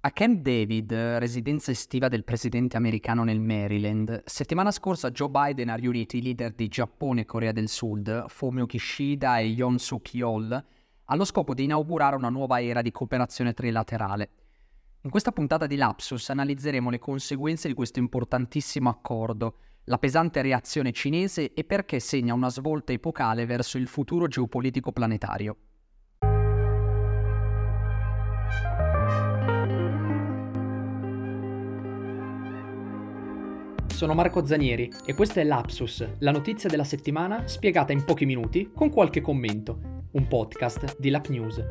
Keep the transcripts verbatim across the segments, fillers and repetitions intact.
A Camp David, residenza estiva del presidente americano nel Maryland, settimana scorsa Joe Biden ha riunito i leader di Giappone e Corea del Sud, Fumio Kishida e Yoon Suk-yeol, allo scopo di inaugurare una nuova era di cooperazione trilaterale. In questa puntata di Lapsus analizzeremo le conseguenze di questo importantissimo accordo, la pesante reazione cinese e perché segna una svolta epocale verso il futuro geopolitico planetario. Sono Marco Zanieri e questo è Lapsus, la notizia della settimana spiegata in pochi minuti con qualche commento, un podcast di Lap News.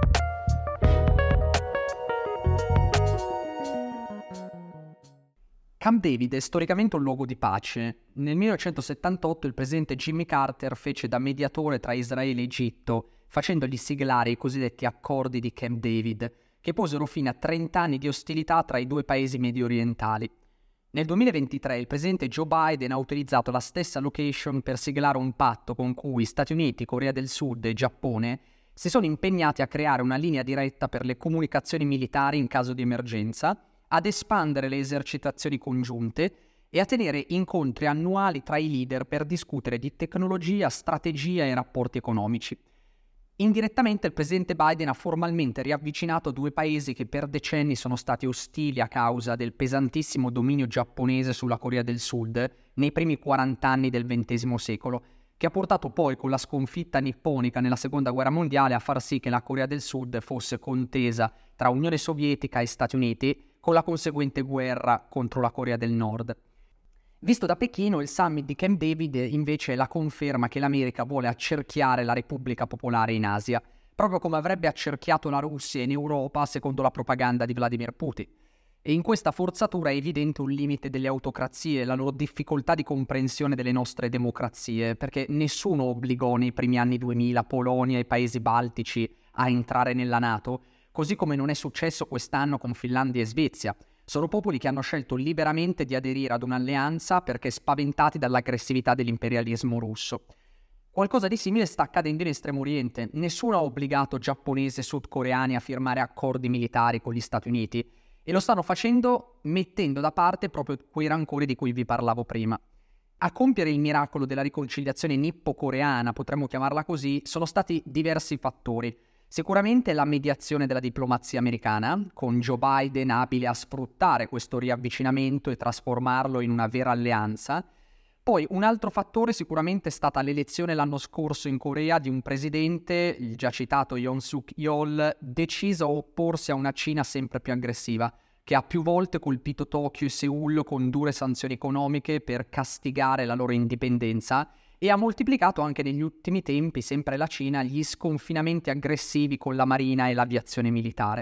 Camp David è storicamente un luogo di pace. Nel millenovecentosettantotto il presidente Jimmy Carter fece da mediatore tra Israele e Egitto, facendogli siglare i cosiddetti accordi di Camp David, che posero fine a trenta anni di ostilità tra i due paesi medio orientali. Nel duemilaventitré il presidente Joe Biden ha utilizzato la stessa location per siglare un patto con cui Stati Uniti, Corea del Sud e Giappone si sono impegnati a creare una linea diretta per le comunicazioni militari in caso di emergenza, ad espandere le esercitazioni congiunte e a tenere incontri annuali tra i leader per discutere di tecnologia, strategia e rapporti economici. Indirettamente il presidente Biden ha formalmente riavvicinato due paesi che per decenni sono stati ostili a causa del pesantissimo dominio giapponese sulla Corea del Sud nei primi quaranta anni del ventesimo secolo, che ha portato poi con la sconfitta nipponica nella seconda guerra mondiale a far sì che la Corea del Sud fosse contesa tra Unione Sovietica e Stati Uniti, con la conseguente guerra contro la Corea del Nord. Visto da Pechino, il summit di Camp David invece è la conferma che l'America vuole accerchiare la Repubblica Popolare in Asia, proprio come avrebbe accerchiato la Russia in Europa secondo la propaganda di Vladimir Putin. E in questa forzatura è evidente un limite delle autocrazie, la loro difficoltà di comprensione delle nostre democrazie, perché nessuno obbligò nei primi anni duemila Polonia e i paesi baltici a entrare nella NATO, così come non è successo quest'anno con Finlandia e Svezia. Sono popoli che hanno scelto liberamente di aderire ad un'alleanza perché spaventati dall'aggressività dell'imperialismo russo. Qualcosa di simile sta accadendo in Estremo Oriente. Nessuno ha obbligato giapponesi e sudcoreani a firmare accordi militari con gli Stati Uniti e lo stanno facendo mettendo da parte proprio quei rancori di cui vi parlavo prima. A compiere il miracolo della riconciliazione nippo-coreana, potremmo chiamarla così, sono stati diversi fattori. Sicuramente la mediazione della diplomazia americana, con Joe Biden abile a sfruttare questo riavvicinamento e trasformarlo in una vera alleanza. Poi un altro fattore sicuramente è stata l'elezione l'anno scorso in Corea di un presidente, il già citato Yoon Suk-yeol, deciso a opporsi a una Cina sempre più aggressiva, che ha più volte colpito Tokyo e Seoul con dure sanzioni economiche per castigare la loro indipendenza, e ha moltiplicato anche negli ultimi tempi, sempre la Cina, gli sconfinamenti aggressivi con la marina e l'aviazione militare.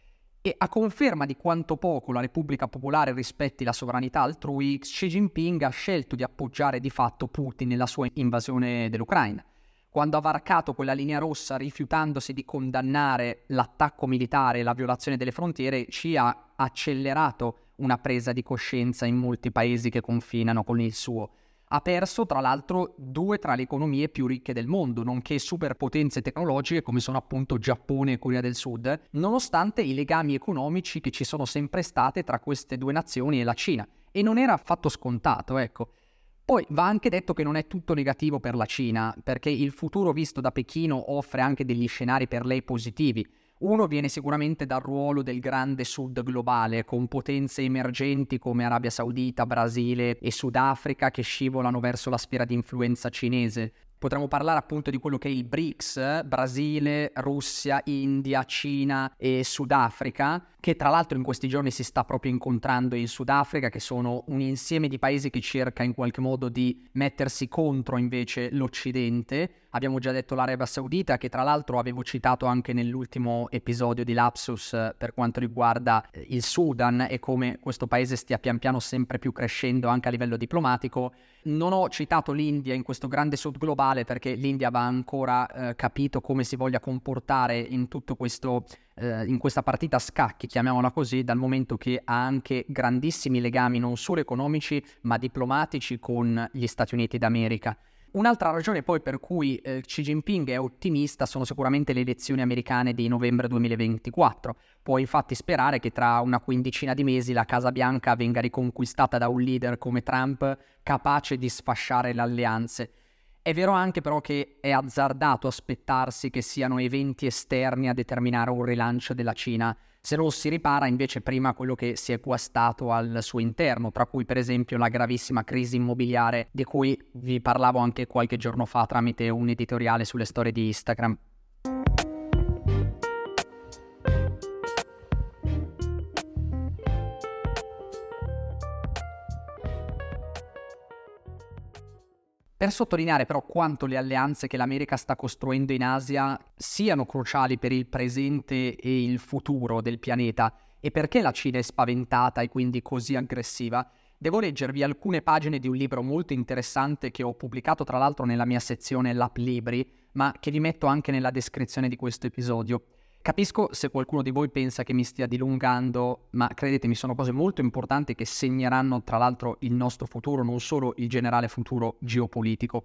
E a conferma di quanto poco la Repubblica Popolare rispetti la sovranità altrui, Xi Jinping ha scelto di appoggiare di fatto Putin nella sua invasione dell'Ucraina. Quando ha varcato quella linea rossa rifiutandosi di condannare l'attacco militare e la violazione delle frontiere, Xi ha accelerato una presa di coscienza in molti paesi che confinano con il suo. Ha perso, tra l'altro, due tra le economie più ricche del mondo, nonché superpotenze tecnologiche come sono appunto Giappone e Corea del Sud, nonostante i legami economici che ci sono sempre state tra queste due nazioni e la Cina. E non era affatto scontato, ecco. Poi va anche detto che non è tutto negativo per la Cina, perché il futuro visto da Pechino offre anche degli scenari per lei positivi. Uno viene sicuramente dal ruolo del grande sud globale, con potenze emergenti come Arabia Saudita, Brasile e Sudafrica che scivolano verso la sfera di influenza cinese. Potremmo parlare appunto di quello che è il BRICS, Brasile, Russia, India, Cina e Sudafrica, che tra l'altro in questi giorni si sta proprio incontrando in Sudafrica, che sono un insieme di paesi che cerca in qualche modo di mettersi contro invece l'Occidente. Abbiamo già detto l'Arabia Saudita, che tra l'altro avevo citato anche nell'ultimo episodio di Lapsus per quanto riguarda il Sudan e come questo paese stia pian piano sempre più crescendo anche a livello diplomatico. Non ho citato l'India in questo grande sud globale perché l'India va ancora eh, capito come si voglia comportare in tutto questo, eh, in questa partita a scacchi, chiamiamola così, dal momento che ha anche grandissimi legami non solo economici ma diplomatici con gli Stati Uniti d'America. Un'altra ragione poi per cui eh, Xi Jinping è ottimista sono sicuramente le elezioni americane di novembre duemilaventiquattro. Può infatti sperare che tra una quindicina di mesi la Casa Bianca venga riconquistata da un leader come Trump, capace di sfasciare le alleanze. È vero anche però che è azzardato aspettarsi che siano eventi esterni a determinare un rilancio della Cina. Se non si ripara invece prima quello che si è guastato al suo interno, tra cui per esempio la gravissima crisi immobiliare di cui vi parlavo anche qualche giorno fa tramite un editoriale sulle storie di Instagram. Per sottolineare però quanto le alleanze che l'America sta costruendo in Asia siano cruciali per il presente e il futuro del pianeta e perché la Cina è spaventata e quindi così aggressiva, devo leggervi alcune pagine di un libro molto interessante che ho pubblicato tra l'altro nella mia sezione Lab Libri, ma che vi metto anche nella descrizione di questo episodio. Capisco se qualcuno di voi pensa che mi stia dilungando, ma credetemi, sono cose molto importanti che segneranno tra l'altro il nostro futuro, non solo il generale futuro geopolitico.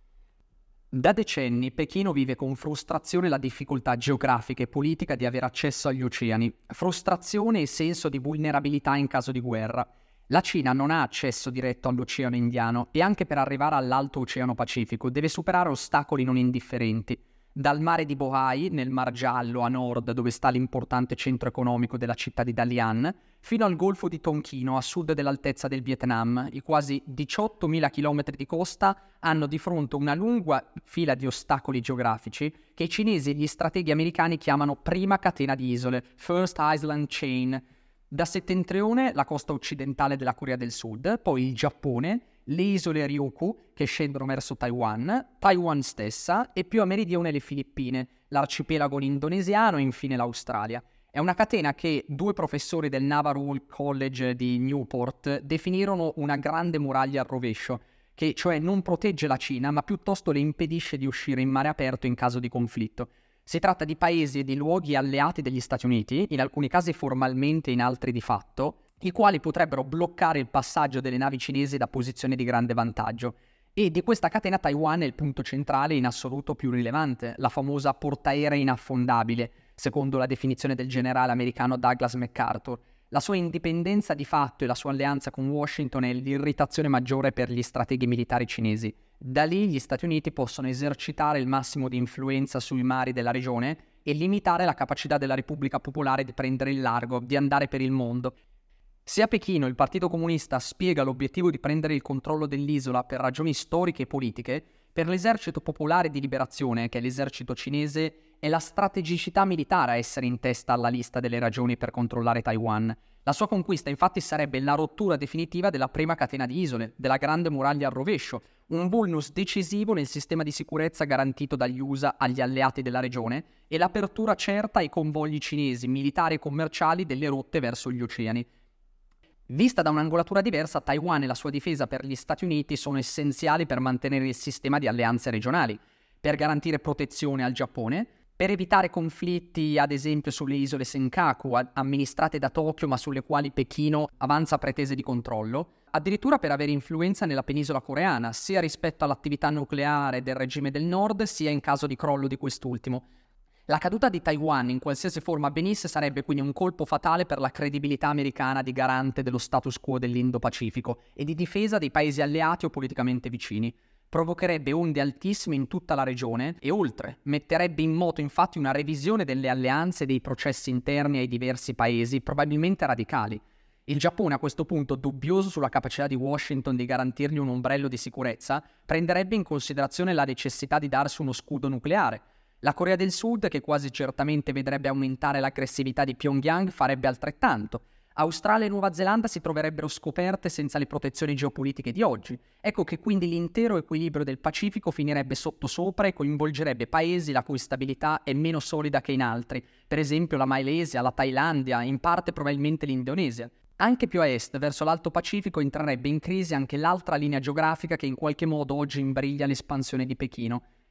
Da decenni Pechino vive con frustrazione la difficoltà geografica e politica di avere accesso agli oceani, frustrazione e senso di vulnerabilità in caso di guerra. La Cina non ha accesso diretto all'Oceano Indiano e anche per arrivare all'Alto Oceano Pacifico deve superare ostacoli non indifferenti. Dal mare di Bohai, nel Mar Giallo a nord dove sta l'importante centro economico della città di Dalian, fino al golfo di Tonchino a sud dell'altezza del Vietnam, i quasi diciottomila chilometri di costa hanno di fronte una lunga fila di ostacoli geografici che i cinesi e gli strateghi americani chiamano prima catena di isole, First Island Chain. Da settentrione la costa occidentale della Corea del Sud, poi il Giappone, le isole Ryukyu che scendono verso Taiwan, Taiwan stessa e più a meridione le Filippine, l'arcipelago indonesiano e infine l'Australia. È una catena che due professori del Naval College di Newport definirono una grande muraglia al rovescio, che cioè non protegge la Cina ma piuttosto le impedisce di uscire in mare aperto in caso di conflitto. Si tratta di paesi e di luoghi alleati degli Stati Uniti, in alcuni casi formalmente, in altri di fatto, i quali potrebbero bloccare il passaggio delle navi cinesi da posizioni di grande vantaggio. E di questa catena Taiwan è il punto centrale in assoluto più rilevante, la famosa portaerei inaffondabile, secondo la definizione del generale americano Douglas MacArthur. La sua indipendenza di fatto e la sua alleanza con Washington è l'irritazione maggiore per gli strateghi militari cinesi. Da lì gli Stati Uniti possono esercitare il massimo di influenza sui mari della regione e limitare la capacità della Repubblica Popolare di prendere il largo, di andare per il mondo. Se a Pechino il Partito Comunista spiega l'obiettivo di prendere il controllo dell'isola per ragioni storiche e politiche, per l'esercito popolare di liberazione, che è l'esercito cinese, è la strategicità militare a essere in testa alla lista delle ragioni per controllare Taiwan. La sua conquista infatti sarebbe la rottura definitiva della prima catena di isole, della grande muraglia al rovescio, un vulnus decisivo nel sistema di sicurezza garantito dagli U S A agli alleati della regione e l'apertura certa ai convogli cinesi, militari e commerciali delle rotte verso gli oceani. Vista da un'angolatura diversa, Taiwan e la sua difesa per gli Stati Uniti sono essenziali per mantenere il sistema di alleanze regionali, per garantire protezione al Giappone, per evitare conflitti ad esempio sulle isole Senkaku, amministrate da Tokyo ma sulle quali Pechino avanza pretese di controllo, addirittura per avere influenza nella penisola coreana, sia rispetto all'attività nucleare del regime del Nord, sia in caso di crollo di quest'ultimo. La caduta di Taiwan in qualsiasi forma avvenisse sarebbe quindi un colpo fatale per la credibilità americana di garante dello status quo dell'Indo-Pacifico e di difesa dei paesi alleati o politicamente vicini. Provocherebbe onde altissime in tutta la regione e oltre, metterebbe in moto infatti una revisione delle alleanze e dei processi interni ai diversi paesi, probabilmente radicali. Il Giappone a questo punto, dubbioso sulla capacità di Washington di garantirgli un ombrello di sicurezza, prenderebbe in considerazione la necessità di darsi uno scudo nucleare. La Corea del Sud, che quasi certamente vedrebbe aumentare l'aggressività di Pyongyang, farebbe altrettanto. Australia e Nuova Zelanda si troverebbero scoperte senza le protezioni geopolitiche di oggi. Ecco che quindi l'intero equilibrio del Pacifico finirebbe sottosopra e coinvolgerebbe paesi la cui stabilità è meno solida che in altri, per esempio la Malesia, la Thailandia, in parte probabilmente l'Indonesia. Anche più a est, verso l'Alto Pacifico, entrerebbe in crisi anche l'altra linea geografica che in qualche modo oggi imbriglia l'espansione di Pechino.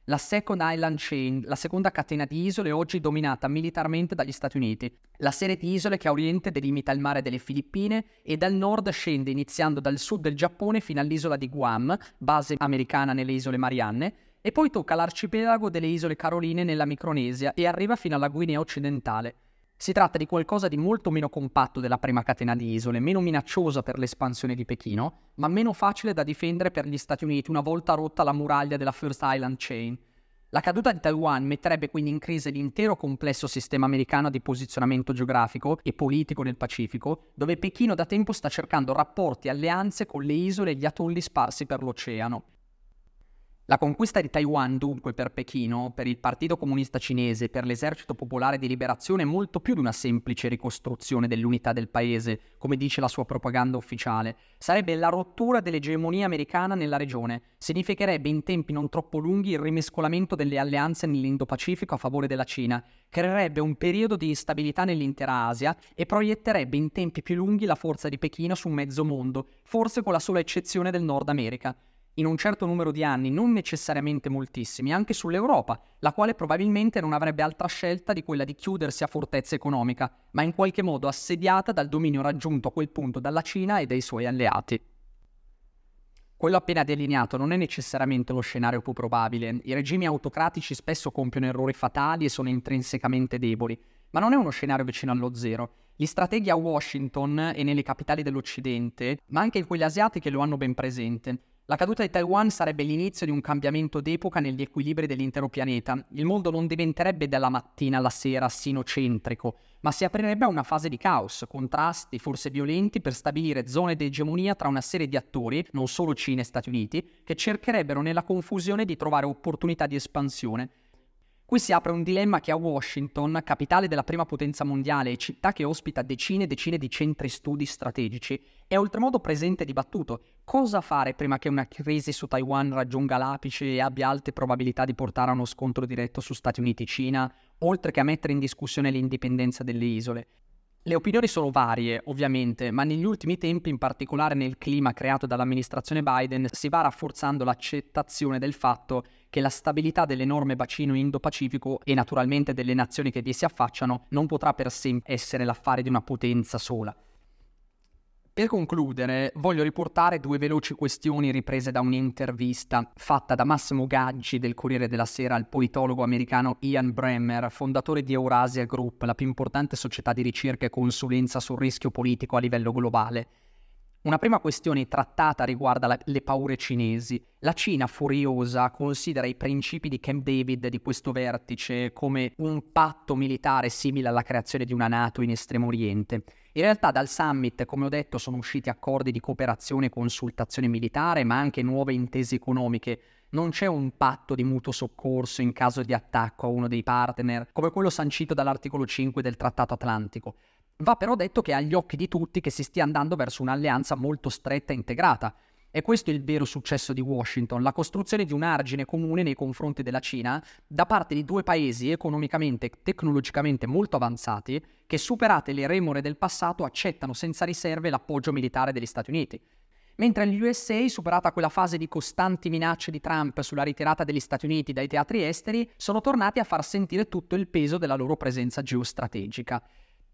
la Second Island Chain, la seconda catena di isole oggi dominata militarmente dagli Stati Uniti. La serie di isole che a oriente delimita il mare delle Filippine e dal nord scende iniziando dal sud del Giappone fino all'isola di Guam, base americana nelle isole Marianne, e poi tocca l'arcipelago delle isole Caroline nella Micronesia e arriva fino alla Guinea occidentale. Si tratta di qualcosa di molto meno compatto della prima catena di isole, meno minacciosa per l'espansione di Pechino, ma meno facile da difendere per gli Stati Uniti una volta rotta la muraglia della First Island Chain. La caduta di Taiwan metterebbe quindi in crisi l'intero complesso sistema americano di posizionamento geografico e politico nel Pacifico, dove Pechino da tempo sta cercando rapporti e alleanze con le isole e gli atolli sparsi per l'oceano. La conquista di Taiwan, dunque, per Pechino, per il Partito Comunista Cinese e per l'Esercito Popolare di Liberazione è molto più di una semplice ricostruzione dell'unità del paese, come dice la sua propaganda ufficiale. Sarebbe la rottura dell'egemonia americana nella regione. Significherebbe in tempi non troppo lunghi il rimescolamento delle alleanze nell'Indo-Pacifico a favore della Cina, creerebbe un periodo di instabilità nell'intera Asia e proietterebbe in tempi più lunghi la forza di Pechino su mezzo mondo, forse con la sola eccezione del Nord America. In un certo numero di anni, non necessariamente moltissimi, anche sull'Europa, la quale probabilmente non avrebbe altra scelta di quella di chiudersi a fortezza economica, ma in qualche modo assediata dal dominio raggiunto a quel punto dalla Cina e dai suoi alleati. Quello appena delineato non è necessariamente lo scenario più probabile. I regimi autocratici spesso compiono errori fatali e sono intrinsecamente deboli, ma non è uno scenario vicino allo zero. Gli strateghi a Washington e nelle capitali dell'Occidente, ma anche in quelle asiatiche, lo hanno ben presente. La caduta di Taiwan sarebbe l'inizio di un cambiamento d'epoca negli equilibri dell'intero pianeta. Il mondo non diventerebbe dalla mattina alla sera sinocentrico, ma si aprirebbe a una fase di caos, contrasti, forse violenti, per stabilire zone di egemonia tra una serie di attori, non solo Cina e Stati Uniti, che cercherebbero nella confusione di trovare opportunità di espansione. Qui si apre un dilemma che a Washington, capitale della prima potenza mondiale e città che ospita decine e decine di centri studi strategici, è oltremodo presente e dibattuto. Cosa fare prima che una crisi su Taiwan raggiunga l'apice e abbia alte probabilità di portare a uno scontro diretto su Stati Uniti-Cina, oltre che a mettere in discussione l'indipendenza delle isole? Le opinioni sono varie, ovviamente, ma negli ultimi tempi, in particolare nel clima creato dall'amministrazione Biden, si va rafforzando l'accettazione del fatto che la stabilità dell'enorme bacino Indo-Pacifico e naturalmente delle nazioni che vi si affacciano non potrà per sempre essere l'affare di una potenza sola. Per concludere, voglio riportare due veloci questioni riprese da un'intervista fatta da Massimo Gaggi del Corriere della Sera al politologo americano Ian Bremmer, fondatore di Eurasia Group, la più importante società di ricerca e consulenza sul rischio politico a livello globale. Una prima questione trattata riguarda la, le paure cinesi. La Cina, furiosa, considera i principi di Camp David di questo vertice come un patto militare simile alla creazione di una NATO in Estremo Oriente. In realtà dal summit, come ho detto, sono usciti accordi di cooperazione e consultazione militare, ma anche nuove intese economiche. Non c'è un patto di mutuo soccorso in caso di attacco a uno dei partner, come quello sancito dall'articolo cinque del Trattato Atlantico. Va però detto che è agli occhi di tutti che si stia andando verso un'alleanza molto stretta e integrata. E questo è il vero successo di Washington, la costruzione di un argine comune nei confronti della Cina da parte di due paesi economicamente e tecnologicamente molto avanzati che, superate le remore del passato, accettano senza riserve l'appoggio militare degli Stati Uniti. Mentre gli U S A, superata quella fase di costanti minacce di Trump sulla ritirata degli Stati Uniti dai teatri esteri, sono tornati a far sentire tutto il peso della loro presenza geostrategica.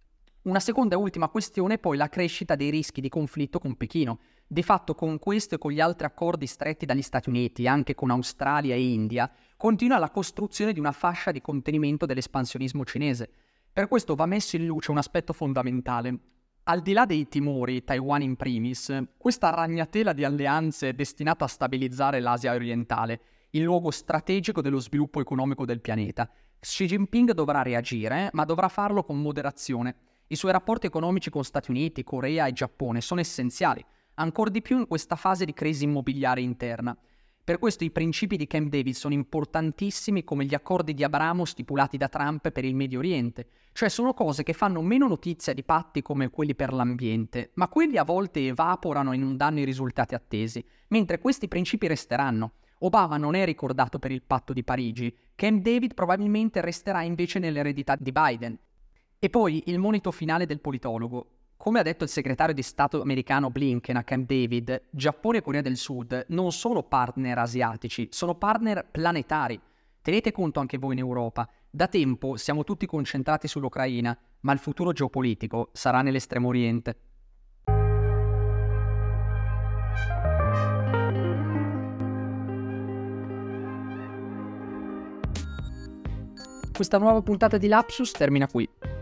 Una seconda e ultima questione è poi la crescita dei rischi di conflitto con Pechino. Di fatto con questo e con gli altri accordi stretti dagli Stati Uniti, anche con Australia e India, continua la costruzione di una fascia di contenimento dell'espansionismo cinese. Per questo va messo in luce un aspetto fondamentale. Al di là dei timori, Taiwan in primis, questa ragnatela di alleanze è destinata a stabilizzare l'Asia orientale, il luogo strategico dello sviluppo economico del pianeta. Xi Jinping dovrà reagire, ma dovrà farlo con moderazione. I suoi rapporti economici con Stati Uniti, Corea e Giappone sono essenziali, ancor di più in questa fase di crisi immobiliare interna. Per questo i principi di Camp David sono importantissimi come gli accordi di Abramo stipulati da Trump per il Medio Oriente, cioè sono cose che fanno meno notizia di patti come quelli per l'ambiente, ma quelli a volte evaporano e non danno i risultati attesi, mentre questi principi resteranno. Obama non è ricordato per il patto di Parigi, Camp David probabilmente resterà invece nell'eredità di Biden. E poi il monito finale del politologo. Come ha detto il segretario di Stato americano Blinken a Camp David, Giappone e Corea del Sud non sono partner asiatici, sono partner planetari. Tenete conto anche voi in Europa, da tempo siamo tutti concentrati sull'Ucraina, ma il futuro geopolitico sarà nell'Estremo Oriente. Questa nuova puntata di Lapsus termina qui.